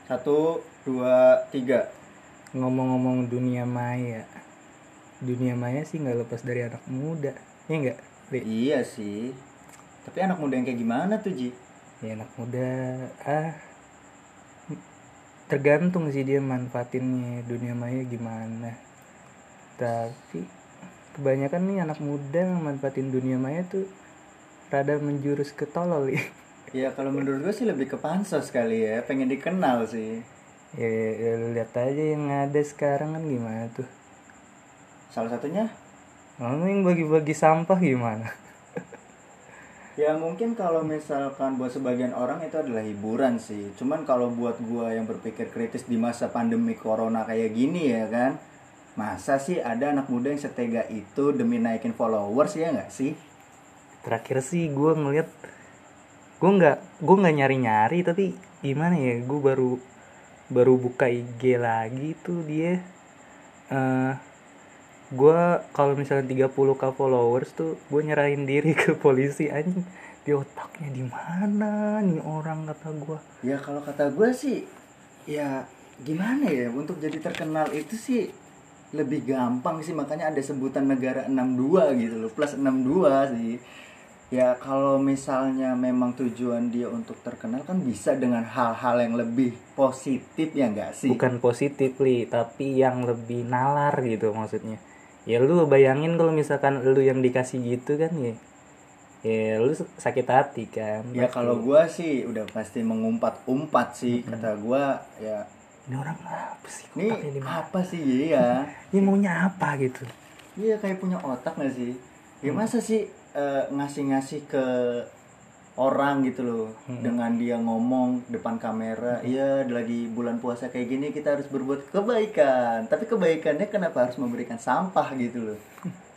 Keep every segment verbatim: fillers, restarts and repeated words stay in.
Satu, dua, tiga. Ngomong-ngomong dunia maya, dunia maya sih nggak lepas dari anak muda, ya nggak? Ri? Iya sih. Tapi anak muda yang kayak gimana tuh, Ji? Ya anak muda, ah tergantung sih dia manfaatinnya dunia maya gimana. Tapi kebanyakan nih anak muda yang manfaatin dunia maya tuh rada menjurus ke tolol ya. Ya kalau menurut gue sih lebih ke pansos kali ya, pengen dikenal sih. Ya, ya lu lihat aja yang ada sekarang kan gimana tuh. Salah satunya Lalu yang bagi-bagi sampah gimana? ya mungkin kalau misalkan buat sebagian orang itu adalah hiburan sih. Cuman kalau buat gua yang berpikir kritis di masa pandemi corona kayak gini ya kan, masa sih ada anak muda yang setega itu demi naikin followers, ya nggak sih? Terakhir sih gue ngeliat, gue nggak gue nggak nyari-nyari tapi gimana ya, gue baru baru buka I G lagi tuh dia, uh, gue kalau misalnya tiga puluh ribu followers tuh gue nyerahin diri ke polisi. Anjing, di otaknya di mana nih orang, kata gue. Ya kalau kata gua sih, ya gimana ya, untuk jadi terkenal itu sih lebih gampang sih, makanya ada sebutan negara enam dua gitu loh, plus enam dua sih. Ya kalau misalnya memang tujuan dia untuk terkenal kan bisa dengan hal-hal yang lebih positif, ya enggak sih? Bukan positif li, tapi yang lebih nalar gitu maksudnya. Ya lu bayangin kalau misalkan lu yang dikasih gitu kan, ya ya lu sakit hati kan. Ya pasti. kalau gua sih udah pasti mengumpat-umpat sih, mm-hmm. Kata gua ya ini orang apa sih, ini apa sih ya? Ini maunya apa gitu. Iya kayak punya otak gak sih? Ya masa sih uh, ngasih-ngasih ke orang gitu loh, hmm. dengan dia ngomong depan kamera, iya hmm. lagi bulan puasa kayak gini kita harus berbuat kebaikan, tapi kebaikannya kenapa harus memberikan sampah gitu loh.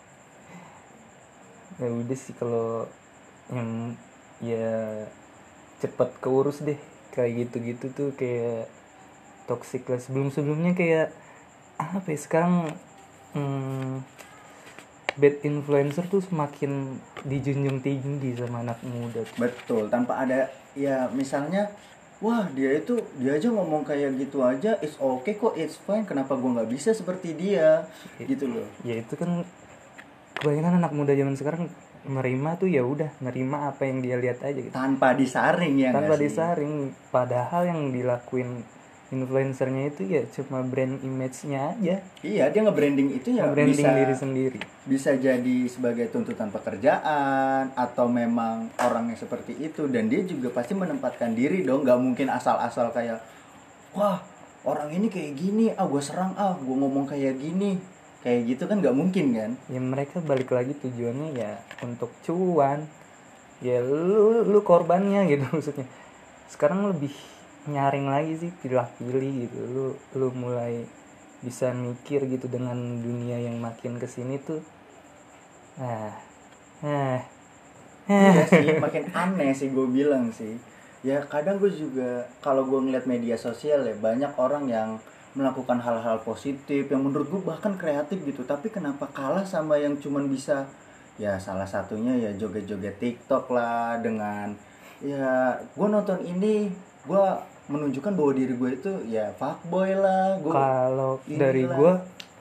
Ya udah sih kalau yang ya cepet keurus deh kayak gitu-gitu tuh, kayak toxic lah. Sebelum-sebelumnya kayak apa ya, sekarang hmm, bad influencer tuh semakin dijunjung tinggi sama anak muda tuh. Betul, tanpa ada ya misalnya, wah dia itu dia aja ngomong kayak gitu aja, it's okay kok, it's fine, kenapa gue nggak bisa seperti dia, ya, gitu loh. Ya itu kan kebanyakan anak muda zaman sekarang menerima tuh, ya udah nerima apa yang dia lihat aja gitu. Tanpa disaring ya. Tanpa disaring, padahal yang dilakuin influencernya itu ya cuma brand image-nya aja. Iya, dia nge-branding itu ya nge-branding bisa diri sendiri. Bisa jadi sebagai tuntutan pekerjaan atau memang orangnya seperti itu, dan dia juga pasti menempatkan diri dong, nggak mungkin asal-asal kayak wah orang ini kayak gini, ah gue serang, ah gue ngomong kayak gini, kayak gitu kan nggak mungkin kan? Ya mereka balik lagi tujuannya ya untuk cuan. Ya lu lu korbannya gitu maksudnya. Sekarang lebih nyaring lagi sih, pilih-pilih gitu. Lu lu mulai bisa mikir gitu dengan dunia yang makin kesini tuh. Nah, nah, iya sih, makin aneh sih gue bilang sih. Ya kadang gue juga kalau gue ngeliat media sosial ya, banyak orang yang melakukan hal-hal positif yang menurut gue bahkan kreatif gitu, tapi kenapa kalah sama yang cuman bisa, ya salah satunya ya joget-joget TikTok lah, dengan ya gue nonton ini gue menunjukkan bahwa diri gue itu ya fuckboy lah. Kalau dari gue,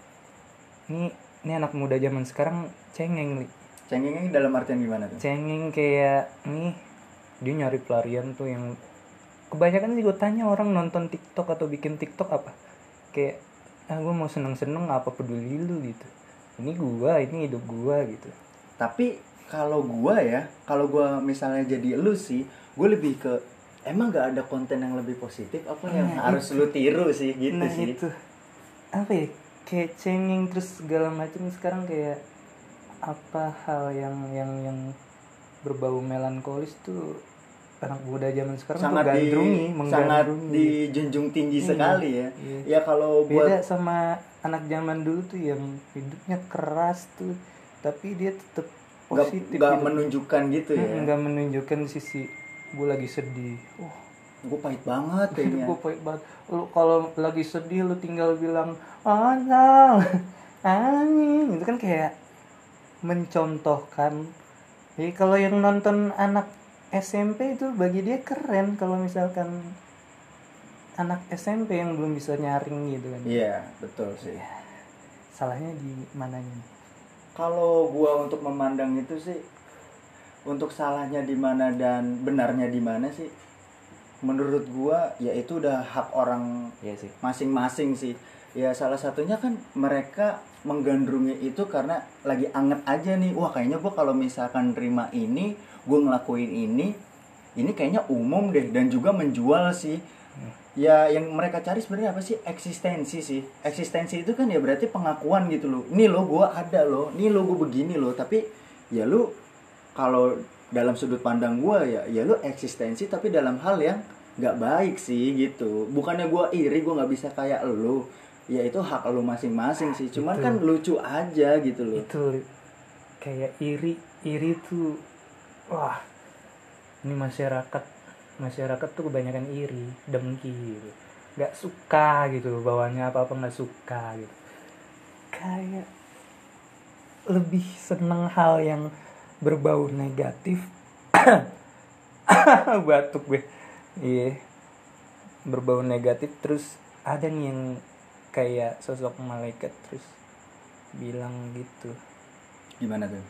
ini ini anak muda zaman sekarang cengeng nih. Cengengnya dalam artian gimana tuh? Cengeng kayak nih, dia nyari pelarian tuh yang kebanyakan sih gue tanya orang nonton TikTok atau bikin TikTok apa, kayak ah gue mau seneng-seneng, apa peduli lu gitu. Ini gue, ini hidup gue gitu. Tapi kalau gue ya, kalau gue misalnya jadi lu sih, gue lebih ke emang gak ada konten yang lebih positif apa yang nah, harus itu. Lu tiru sih gitu nah, sih. Itu apa ya, kayak cengeng terus segala macam. Sekarang kayak apa hal yang yang yang berbau melankolis tuh anak muda zaman sekarang sangat tuh gandrungi, di, sangat dijunjung tinggi iya, sekali ya. Iya. Ya kalau buat beda sama anak zaman dulu tuh yang hidupnya keras tuh, tapi dia tetap positif, nggak gitu. Menunjukkan gitu ya. Nggak menunjukkan sisi gue lagi sedih. Oh, gue pahit banget kayaknya. Gue pahit banget. Lu kalau lagi sedih lu tinggal bilang anjing, anjing. Itu kan kayak mencontohkan. Jadi kalau yang nonton anak S M P itu bagi dia keren kalau misalkan anak S M P yang belum bisa nyaring gitu kan. Iya, betul sih. Salahnya di mananya nih? Kalau gua untuk memandang itu sih, untuk salahnya di mana dan benarnya di mana sih, menurut gua ya itu udah hak orang Iya sih. masing-masing sih. Ya salah satunya kan mereka menggandrungi itu karena lagi anget aja nih. Wah, kayaknya gua kalau misalkan terima ini, gua ngelakuin ini, ini kayaknya umum deh, dan juga menjual sih. Ya yang mereka cari sebenarnya apa sih? Eksistensi sih. Eksistensi itu kan ya berarti pengakuan gitu loh. Nih lo gue ada loh, nih lo gue begini loh. Tapi ya lu kalau dalam sudut pandang gue ya, ya lu eksistensi tapi dalam hal yang nggak baik sih gitu. Bukannya gue iri, gue nggak bisa kayak lo. Ya itu hak lo masing-masing sih. Cuman Itu. kan lucu aja gitu loh. Itu kayak iri, iri tuh, wah, ini masyarakat masyarakat tuh kebanyakan iri, dengki gitu, nggak suka gitu, bawaannya apa apa nggak suka gitu, kayak lebih seneng hal yang berbau negatif. Batuk gue. Iya, berbau negatif. Terus ada nih yang kayak sosok malaikat terus bilang gitu, Gimana tuh?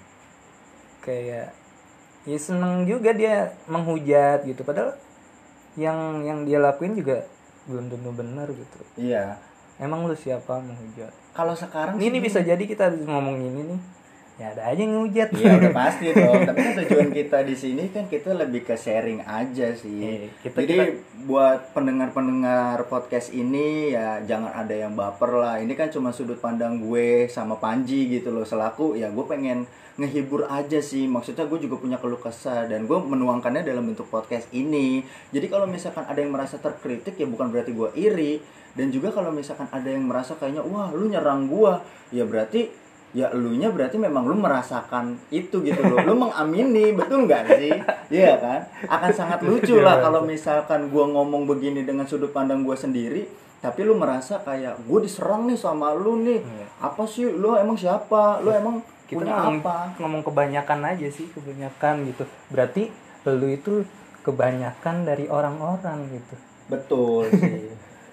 kayak ya seneng juga dia menghujat gitu, padahal yang yang dia lakuin juga belum tentu benar gitu. Iya. Emang lu siapa menghujat? Kalau sekarang Ini, sih ini gini. bisa jadi kita habis ngomong ini nih, ya ada aja yang ngehujat. Iya udah pasti dong. Tapi kan tujuan kita di sini kan kita lebih ke sharing aja sih. Eh, kita- Jadi kita- buat pendengar-pendengar podcast ini ya jangan ada yang baper lah. Ini kan cuma sudut pandang gue sama Panji gitu loh, selaku ya gue pengen ngehibur aja sih. Maksudnya gue juga punya keluh kesah dan gue menuangkannya dalam bentuk podcast ini. Jadi kalau misalkan ada yang merasa terkritik ya bukan berarti gue iri. Dan juga kalau misalkan ada yang merasa kayaknya wah lu nyerang gue, ya berarti ya elunya berarti memang lu merasakan itu gitu loh. Lu mengamini, betul nggak sih? Iya kan? Akan sangat lucu lah kalau misalkan gua ngomong begini dengan sudut pandang gua sendiri, tapi lu merasa kayak gua diserang nih sama lu nih. Apa sih? Lu emang siapa? Lu emang Kita punya ngomong, apa? ngomong kebanyakan aja sih, kebanyakan gitu. Berarti lu itu kebanyakan dari orang-orang gitu. Betul sih.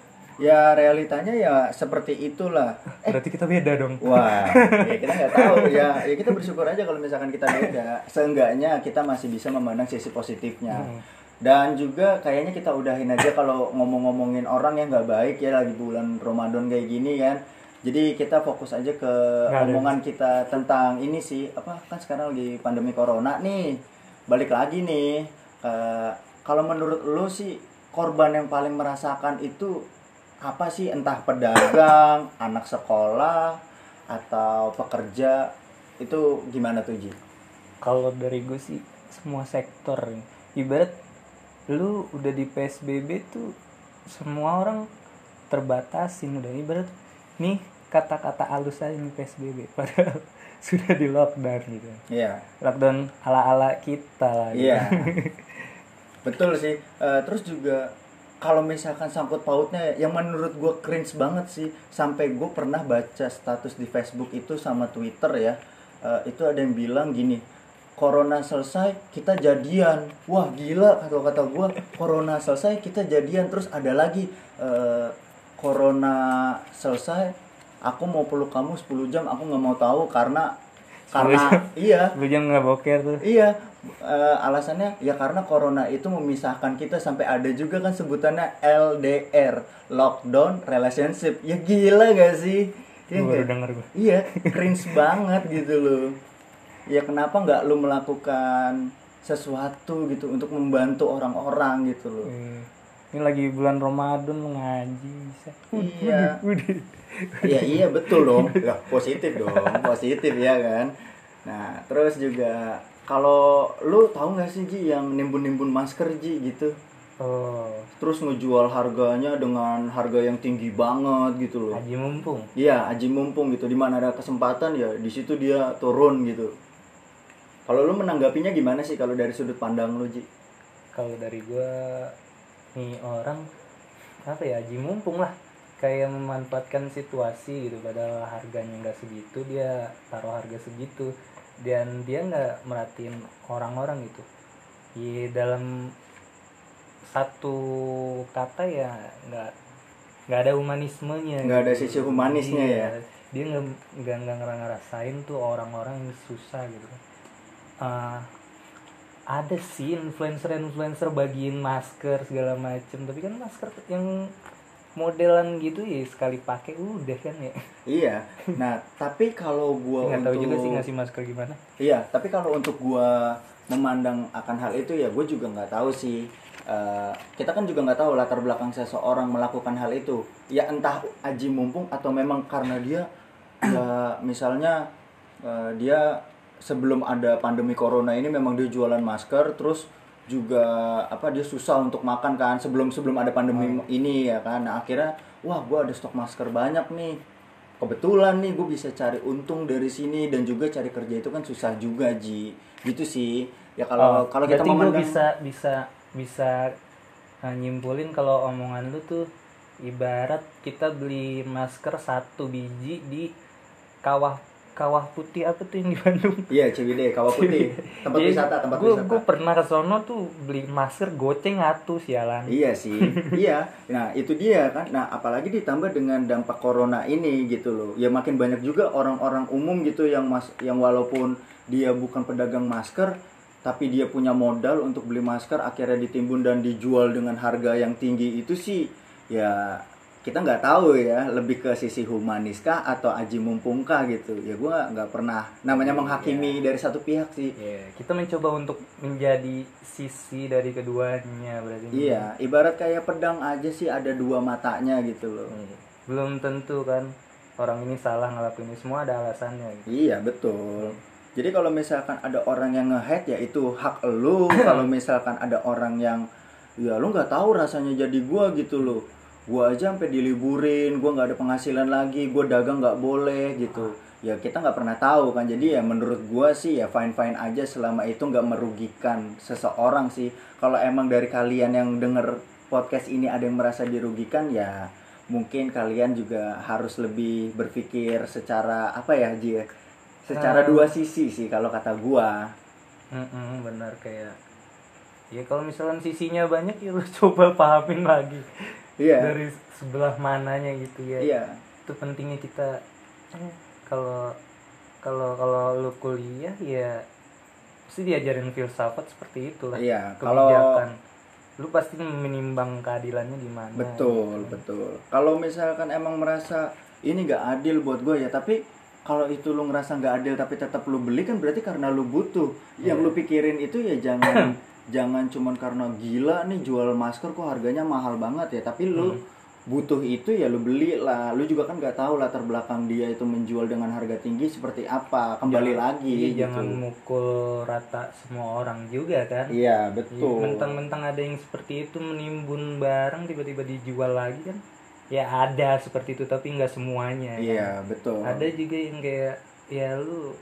Ya realitanya ya seperti itulah. Berarti kita beda dong. Wah, ya kita nggak tahu ya. Ya kita bersyukur aja kalau misalkan kita beda. Seenggaknya kita masih bisa memandang sisi positifnya. Hmm. Dan juga kayaknya kita udahin aja kalau ngomong-ngomongin orang yang nggak baik ya lagi bulan Ramadan kayak gini kan. Jadi kita fokus aja ke Nggak ada. omongan kita tentang ini sih apa kan sekarang lagi pandemi corona nih. Balik lagi nih ke kalau menurut lu sih korban yang paling merasakan itu apa sih, entah pedagang, anak sekolah, atau pekerja, itu gimana tuh Ji? Kalau dari gue sih semua sektor. Ibarat lu udah di P S B B tuh semua orang terbatasin udah. Ibarat nih kata-kata halus aja nih P S B B padahal sudah di lockdown gitu. Iya. Lockdown ala-ala kita lah gitu. Iya. Betul sih. Eh, terus juga kalau misalkan sangkut pautnya yang menurut gue cringe banget sih, sampai gue pernah baca status di Facebook itu sama Twitter ya, eh, itu ada yang bilang gini, corona selesai kita jadian. Wah gila, kata-kata gue, corona selesai kita jadian. Terus ada lagi, eh, corona selesai aku mau peluk kamu sepuluh jam, aku nggak mau tahu karena karena iya Lu jangan nggak boker tuh. Iya, eh, alasannya ya karena corona itu memisahkan kita, sampai ada juga kan sebutannya L D R, lockdown relationship. Ya gila gak sih? Ya Gue baru nggak? denger gue. Iya, cringe banget gitu loh. Ya kenapa nggak lu melakukan sesuatu gitu untuk membantu orang-orang gitu loh? Eh, Ini lagi bulan Ramadan lu ngaji bisa. Iya. Udah. Iya iya betul dong. Lah positif dong, positif ya kan. Nah, terus juga kalau lu tahu nggak sih Ji yang nimbun-nimbun masker Ji gitu? Oh, Terus ngejual harganya dengan harga yang tinggi banget gitu loh. haji mumpung. Iya, aji mumpung gitu. Di mana ada kesempatan ya di situ dia turun gitu. Kalau lu menanggapinya gimana sih kalau dari sudut pandang lu Ji? Kalau dari gue nih orang apa ya, haji mumpung lah, kayak memanfaatkan situasi gitu, padahal harganya nggak segitu dia taruh harga segitu dan dia nggak merhatiin orang-orang gitu. Iya, dalam satu kata ya nggak nggak ada humanismenya, nggak ada sisi humanisnya iya. ya. Dia nggak nggak nggak ngerasain tuh orang-orang yang susah gitu. Uh, ada sih influencer-influencer bagiin masker segala macem, tapi kan masker yang modelan gitu ya sekali pakai udah kan ya. Iya. Nah tapi kalau gua nggak untuk tahu juga sih ngasih masker gimana. Iya, tapi kalau untuk gua memandang akan hal itu ya gue juga nggak tahu sih. Uh, kita kan juga nggak tahu latar belakang seseorang melakukan hal itu. Ya entah aji mumpung atau memang karena dia ya misalnya uh, dia sebelum ada pandemi corona ini memang dia jualan masker, terus juga apa dia susah untuk makan kan sebelum sebelum ada pandemi hmm. ini ya kan. Nah akhirnya wah gue ada stok masker banyak nih, kebetulan nih gue bisa cari untung dari sini, dan juga cari kerja itu kan susah juga Ji, gitu sih ya. Kalau oh, kalau kita memandang bisa bisa bisa uh, nyimpulin kalau omongan lu tuh ibarat kita beli masker satu biji di kawah kawah putih apa tuh yang di Bandung? Iya, Ciwidey, kawah putih. Tempat wisata, tempat gua, wisata. Gue pernah ke sono tuh beli masker goceng atuh sialan. Iya sih. Iya. Nah, itu dia kan. Nah, apalagi ditambah dengan dampak corona ini gitu loh. Ya makin banyak juga orang-orang umum gitu yang mas yang walaupun dia bukan pedagang masker, tapi dia punya modal untuk beli masker, akhirnya ditimbun dan dijual dengan harga yang tinggi. Itu sih ya kita nggak tahu ya, lebih ke sisi humanis kah atau aji mumpung kah gitu ya. Gue nggak pernah namanya menghakimi yeah. dari satu pihak sih. Yeah. Kita mencoba untuk menjadi sisi dari keduanya berarti. Iya, yeah. ibarat kayak pedang aja sih ada dua matanya gitu loh. Yeah. Belum tentu kan orang ini salah ngelakuin ini, semua ada alasannya gitu. Iya betul. Yeah. Jadi kalau misalkan ada orang yang nge-hate ya itu hak lu. Kalau misalkan ada orang yang ya lu nggak tahu rasanya jadi gue gitu loh. Gue aja sampai diliburin, gue nggak ada penghasilan lagi, gue dagang nggak boleh gitu. Ya kita nggak pernah tahu kan. Jadi ya menurut gue sih ya fine fine aja selama itu nggak merugikan seseorang sih. Kalau emang dari kalian yang denger podcast ini ada yang merasa dirugikan, ya mungkin kalian juga harus lebih berpikir secara apa ya Ji, secara hmm. dua sisi sih kalau kata gue. Mm-mm, benar kayak ya kalau misalnya sisinya banyak ya lu coba pahamin lagi. Iya. Dari sebelah mananya gitu ya. Iya. Itu pentingnya kita kalau kalau kalau lu kuliah ya pasti diajarin filsafat seperti itulah. Iya. Kebijakan. Kalau lu pasti menimbang keadilannya di mana. Betul, gitu. betul. Kalau misalkan emang merasa ini nggak adil buat gue ya, tapi kalau itu lu ngerasa nggak adil tapi tetap lu beli kan berarti karena lu butuh. Yang yeah. lu pikirin itu ya jangan jangan cuman karena gila nih jual masker kok harganya mahal banget ya, tapi lu hmm. butuh itu ya lu beli lah. Lu juga kan nggak tahu latar belakang dia itu menjual dengan harga tinggi seperti apa. Kembali jangan, lagi iya, gitu. Jangan mukul rata semua orang juga kan. Iya betul. Mentang-mentang ada yang seperti itu menimbun barang tiba-tiba dijual lagi kan. Ya ada seperti itu tapi nggak semuanya. Iya kan? Betul. Ada juga yang kayak ya lu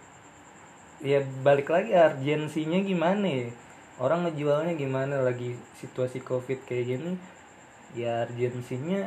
ya balik lagi urgensinya gimana ya. Orang ngejualnya gimana lagi situasi covid kayak gini, ya urgensinya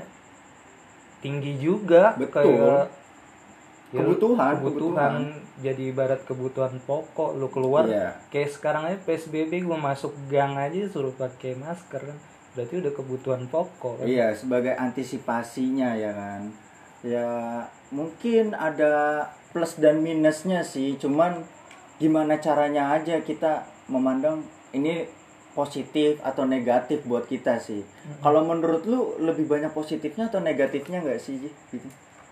tinggi juga. Betul. Kayak kebutuhan, kebutuhan kebutuhan jadi ibarat kebutuhan pokok. Lu keluar yeah. kayak sekarang aja P S B B gue masuk gang aja suruh pakai masker kan, berarti udah kebutuhan pokok kan? Iya, sebagai antisipasinya ya kan. Ya mungkin ada plus dan minusnya sih, cuman gimana caranya aja kita memandang ini positif atau negatif buat kita sih. Mm-hmm. Kalau menurut lu lebih banyak positifnya atau negatifnya nggak sih gitu?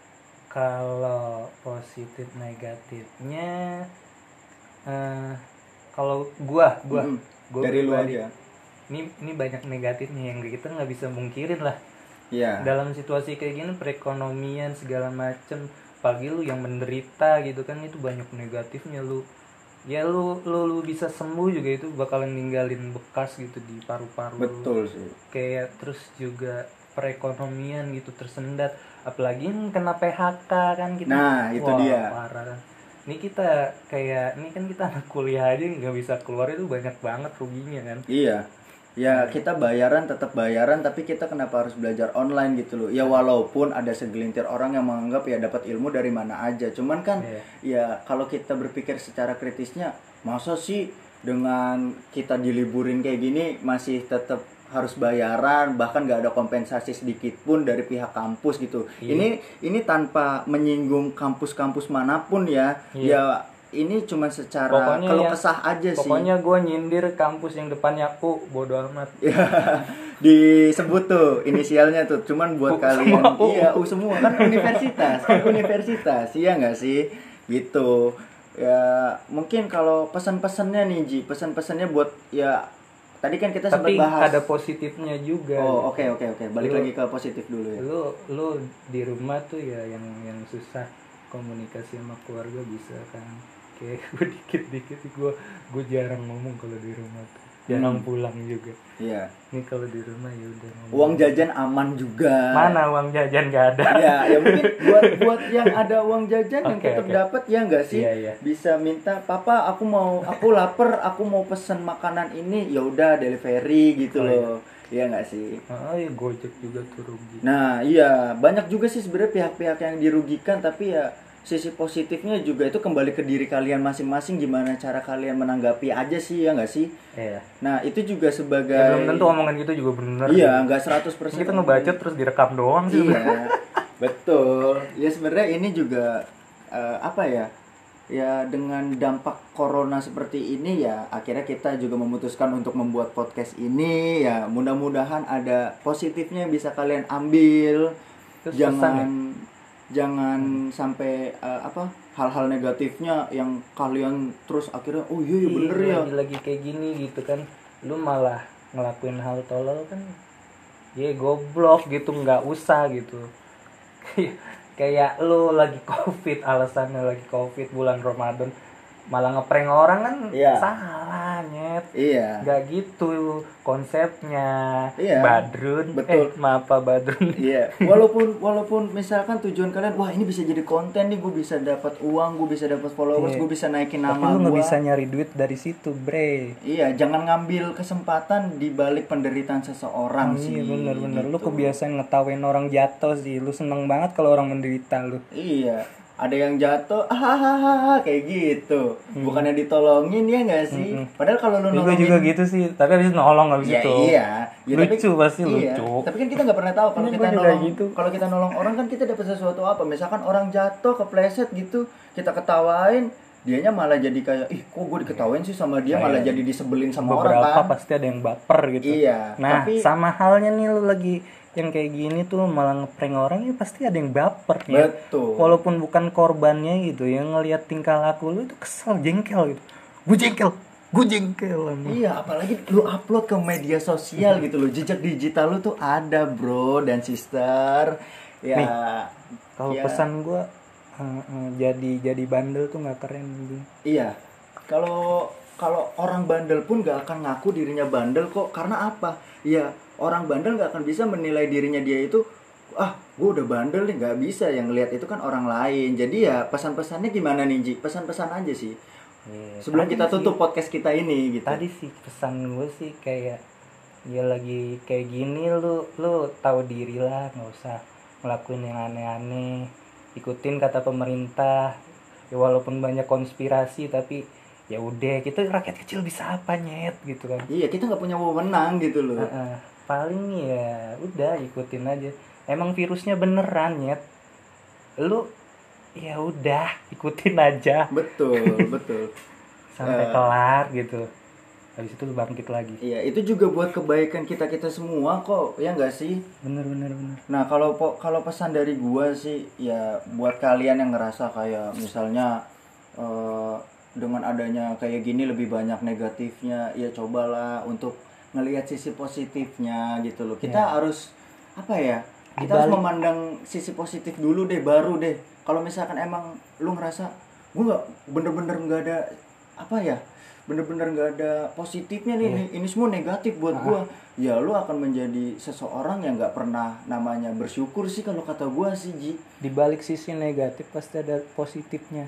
Kalau positif negatifnya, uh, kalau gua, gua, mm-hmm. gua dari lu aja. Ini ini banyak negatifnya yang kita nggak bisa mungkirin lah. Iya. Yeah. Dalam situasi kayak gini perekonomian segala macem, apalagi lu yang menderita gitu kan, itu banyak negatifnya. Lu ya lu, lu lu bisa sembuh juga itu bakalan ninggalin bekas gitu di paru-paru. Betul sih. Kayak terus juga perekonomian gitu tersendat, apalagi kena P H K kan kita. Nah itu wah, dia. Parah. Ini kita kayak ini kan kita anak kuliah aja nggak bisa keluar, itu banyak banget ruginya kan. Iya. Ya kita bayaran tetap bayaran, tapi kita kenapa harus belajar online gitu loh. Ya walaupun ada segelintir orang yang menganggap ya dapat ilmu dari mana aja. Cuman kan yeah. ya kalau kita berpikir secara kritisnya, masa sih dengan kita diliburin kayak gini masih tetap harus bayaran, bahkan nggak ada kompensasi sedikit pun dari pihak kampus gitu. Iya. Ini ini tanpa menyinggung kampus-kampus manapun ya. Iya. Ya ini cuma secara Pokoknya kalau yang- kesah aja sih. Pokoknya gue nyindir kampus yang depannya U, bodo amat. Ya, disebut tuh inisialnya tuh, cuman buat U kalian semua, U. iya U semua kan universitas, kan universitas, iya nggak sih, gitu. Ya mungkin kalau pesan-pesannya nih Ji, pesan-pesannya buat ya tadi kan kita sempat Tapi bahas. ada positifnya juga. Oh oke oke oke, balik Lu- lagi ke positif dulu ya. Lu lu di rumah tuh ya yang yang susah komunikasi sama keluarga bisa kan. Kayak gue dikit-dikit gue gue jarang ngomong kalau di rumah tuh. Jarang Hmm. pulang juga. Iya. Ini kalau di rumah ya udah ngomong. Uang jajan aman juga. Mana uang jajan gak ada. Ya, ya mungkin buat buat yang ada uang jajan yang Oke, tetap oke. dapat ya enggak sih? Iya, iya. Bisa minta, "Papa, aku mau aku lapar, aku mau pesen makanan ini." Ya udah delivery gitu Oh, loh. Iya enggak sih? Oh, iya, Gojek juga tuh rugi. Nah, iya, banyak juga sih sebenarnya pihak-pihak yang dirugikan, tapi ya sisi positifnya juga itu kembali ke diri kalian masing-masing, gimana cara kalian menanggapi aja sih, ya enggak sih? Iya. Nah, itu juga sebagai Ya, belum tentu omongan gitu juga bener. Iya, enggak seratus persen. Kita ngebacot terus direkam doang sih. Iya, betul. Ya sebenarnya ini juga eh, apa ya? Ya dengan dampak corona seperti ini ya akhirnya kita juga memutuskan untuk membuat podcast ini ya. Mudah-mudahan ada positifnya yang bisa kalian ambil. Terus jangan pesan ya? jangan sampai eh, apa? Hal-hal negatifnya yang kalian terus akhirnya oh iya, iya bener ya. Lagi-lagi kayak gini gitu kan, lu malah ngelakuin hal tolol kan, ya goblok gitu, nggak usah gitu. Kayak lu lagi covid, alasannya lagi covid bulan Ramadan, malah ngeprank orang kan Iya. salah nyet. Iya. Nggak gitu konsepnya. Iya. Badrun, Betul. eh maaf Pak Badrun. Iya, walaupun walaupun misalkan tujuan kalian, wah ini bisa jadi konten nih, gue bisa dapat uang, gue bisa dapat followers, Iya. gue bisa naikin Tapi nama lu nggak gue. bisa nyari duit dari situ, bre. Iya, jangan ngambil kesempatan di balik penderitaan seseorang sih. Iya bener-bener, lu gitu. kebiasaan ngetawain orang jatuh sih. Lu seneng banget kalau orang menderita lu. Iya, ada yang jatuh, ah kayak gitu. Bukannya ditolongin ya nggak sih? Mm-mm. Padahal kalau lu Gue nolongin, juga gitu sih, tapi habis nolong habis ya, itu. iya. Ya, Lucu pasti iya. lucu. Tapi kan kita nggak pernah tahu kalau Ini kita gua juga nolong, gitu. kalau kita nolong orang kan kita dapat sesuatu apa? Misalkan orang jatuh kepleset gitu, kita ketawain, dianya malah jadi kayak, ih kok gue diketawain sih sama dia, Nah, malah iya. jadi disebelin sama orang Beberapa kan? pasti ada yang baper gitu. Iya, Nah, tapi- sama halnya nih lu lagi yang kayak gini tuh lu malah ngeprank orang, ya pasti ada yang baper ya. Betul. Walaupun bukan korbannya gitu, yang ngelihat tingkah laku lu itu kesel, jengkel gitu. Gue jengkel, gue jengkel sama. Iya, apalagi lu upload ke media sosial gitu loh. Jejak digital lu tuh ada, bro dan sister. Ya. Nih, Kalau ya, pesan gue uh, uh, jadi jadi bandel tuh nggak keren anjing. Iya. Kalau kalau orang bandel pun gak akan ngaku dirinya bandel kok. Karena apa? Ya, orang bandel gak akan bisa menilai dirinya dia itu, ah, gue udah bandel nih, gak bisa. Yang lihat itu kan orang lain. Jadi ya pesan-pesannya gimana nih, Ji? Pesan-pesan aja sih. Yeah, Sebelum tadi kita sih- tutup podcast kita ini gitu. Tadi sih pesan gue sih kayak, ya lagi kayak gini lu lu tahu diri lah, nggak usah ngelakuin yang aneh-aneh, ikutin kata pemerintah. Ya walaupun banyak konspirasi tapi ya udah, kita rakyat kecil bisa apa nyet gitu kan. Iya, kita nggak punya wewenang gitu loh. Heeh. Paling ya udah ikutin aja. Emang virusnya beneran nyet, lu ya udah ikutin aja Betul, betul. sampai Eh. kelar gitu. Habis itu lu bangkit lagi. Iya, itu juga buat kebaikan kita-kita semua kok, ya nggak sih? Bener bener bener. Nah, kalau po- kalau pesan dari gua sih ya buat kalian yang ngerasa kayak misalnya eh, dengan adanya kayak gini lebih banyak negatifnya, ya cobalah untuk ngelihat sisi positifnya gitu loh. Kita Ya. harus apa ya? Kita harus Dibalik- memandang sisi positif dulu deh, baru deh. Kalau misalkan emang lu ngerasa gua nggak bener-bener nggak ada apa ya? Bener-bener nggak ada positifnya nih, Iya. ini, ini semua negatif buat Ah. gua, ya lu akan menjadi seseorang yang nggak pernah namanya bersyukur sih kalau kata gua sih, Ji. Di balik sisi negatif pasti ada positifnya.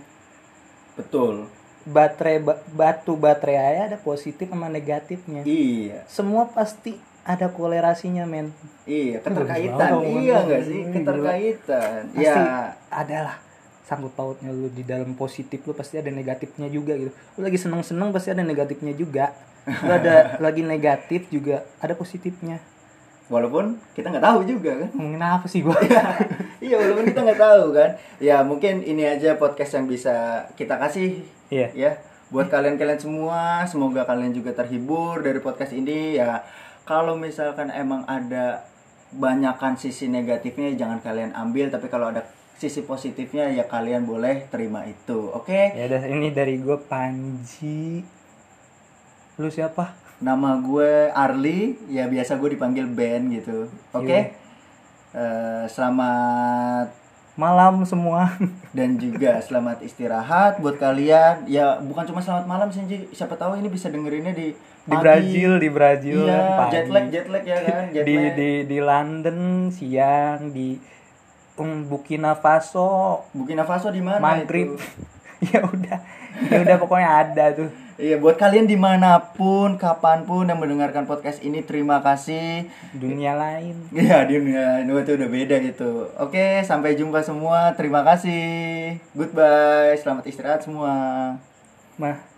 Betul. Baterai ba- batu baterai aja ada positif sama negatifnya. Iya, Semua pasti ada kolerasinya, men. iya, Bagus keterkaitan. banget. Iya nggak sih, Gila. keterkaitan. Pasti Ya, adalah sangkut pautnya. Lu di dalam positif lu pasti ada negatifnya juga gitu. Lu lagi seneng-seneng pasti ada negatifnya juga. lu ada lagi negatif juga ada positifnya. Walaupun kita nggak tahu juga kan. Ngomongin apa sih gua? Iya, walaupun kita nggak tahu kan. Ya mungkin ini aja podcast yang bisa kita kasih. Iya. Ya, buat kalian-kalian semua, semoga kalian juga terhibur dari podcast ini ya. Kalau misalkan emang ada banyakan sisi negatifnya jangan kalian ambil, tapi kalau ada sisi positifnya ya kalian boleh terima itu. Oke? Okay? Ya udah, ini dari gua Panji. Lu siapa? Nama gue Arli, ya biasa gue dipanggil Ben gitu. Oke? Okay? Uh, selamat malam semua dan juga selamat istirahat buat kalian. Ya bukan cuma selamat malam sih, siapa tahu ini bisa dengerinnya di pagi. Di Brazil, di Brazil iya, kan pagi. Jet lag, jet lag ya kan, jet di, lag. di di London siang, di um, Burkina Faso. Burkina Faso di mana? Maghrib. ya udah, ya udah pokoknya ada tuh. Iya, buat kalian dimanapun, kapanpun yang mendengarkan podcast ini, terima kasih. Dunia lain. Iya, dunia lain itu udah beda gitu. Oke, sampai jumpa semua. Terima kasih. Goodbye. Selamat istirahat semua. Mah.